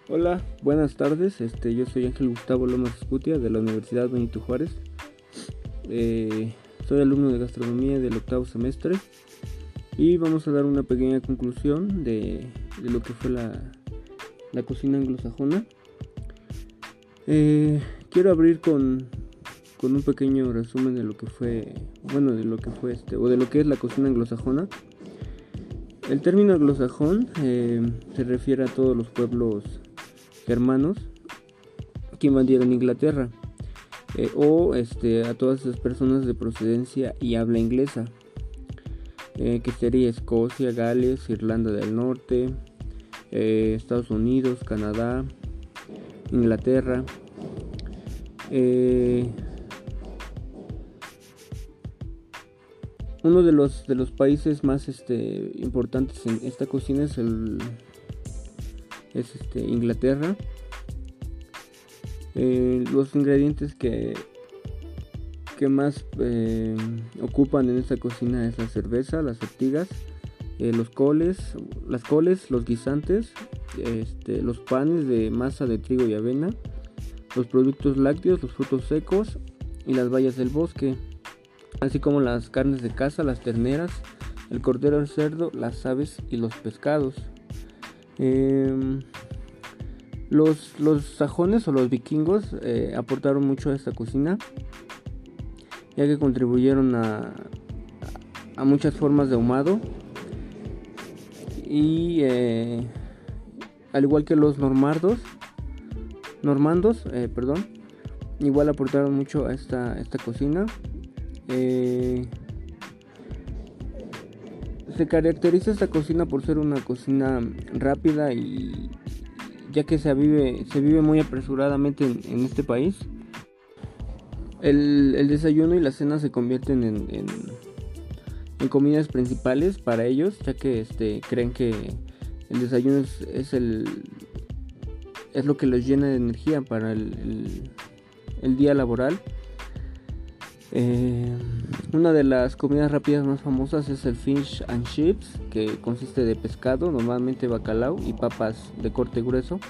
Hola, buenas tardes. Yo soy Ángel Gustavo Lomas Escutia de la Universidad Benito Juárez. Soy alumno de gastronomía del octavo semestre y vamos a dar una pequeña conclusión de lo que fue la cocina anglosajona. Quiero abrir con un pequeño resumen de lo que fue, o de lo que es la cocina anglosajona. El término anglosajón se refiere a todos los pueblos germanos que invadieron Inglaterra, a todas esas personas de procedencia y habla inglesa, que sería Escocia, Gales, Irlanda del Norte, Estados Unidos, Canadá, Inglaterra. Uno de los países más importantes en esta cocina es Inglaterra. Los ingredientes que más ocupan en esta cocina es la cerveza, las ortigas, las coles, los guisantes, los panes de masa de trigo y avena, los productos lácteos, los frutos secos y las bayas del bosque, así como las carnes de caza, las terneras, el cordero, el cerdo, las aves y los pescados. Los sajones o los vikingos aportaron mucho a esta cocina, ya que contribuyeron a muchas formas de ahumado y al igual que los normandos, igual aportaron mucho a esta cocina. Se caracteriza esta cocina por ser una cocina rápida, y ya que se vive muy apresuradamente en este país. El desayuno y la cena se convierten en comidas principales para ellos, ya que creen que el desayuno es lo que les llena de energía para el día laboral. Una de las comidas rápidas más famosas es el fish and chips, que consiste de pescado, normalmente bacalao y papas de corte grueso.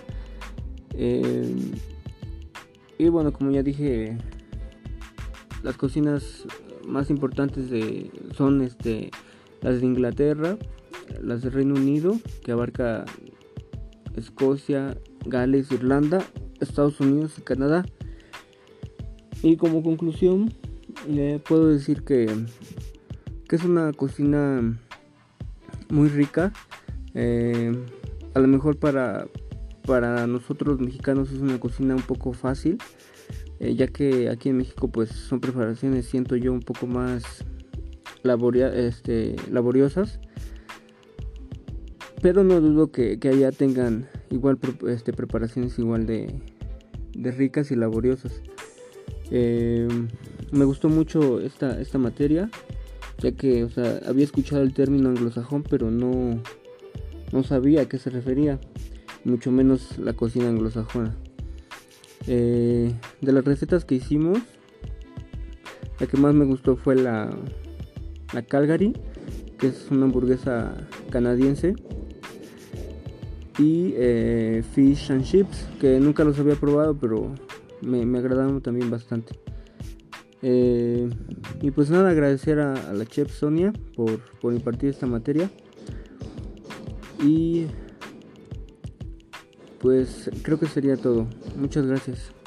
Y bueno, como ya dije, las cocinas más importantes son las de Inglaterra, las de Reino Unido, que abarca Escocia, Gales, Irlanda, Estados Unidos y Canadá. Y como conclusión, puedo decir que es una cocina muy rica. A lo mejor para nosotros mexicanos es una cocina un poco fácil, ya que aquí en México pues son preparaciones, siento yo, un poco más laboriosas, pero no dudo que allá tengan igual preparaciones igual de ricas y laboriosas. Me gustó mucho esta materia, ya que había escuchado el término anglosajón, pero no sabía a qué se refería, mucho menos la cocina anglosajona. De las recetas que hicimos, la que más me gustó fue la Calgary, que es una hamburguesa canadiense, y fish and chips, que nunca los había probado, pero me agradaron también bastante. Y pues nada, agradecer a la chef Sonia por impartir esta materia. Y pues creo que sería todo. Muchas gracias.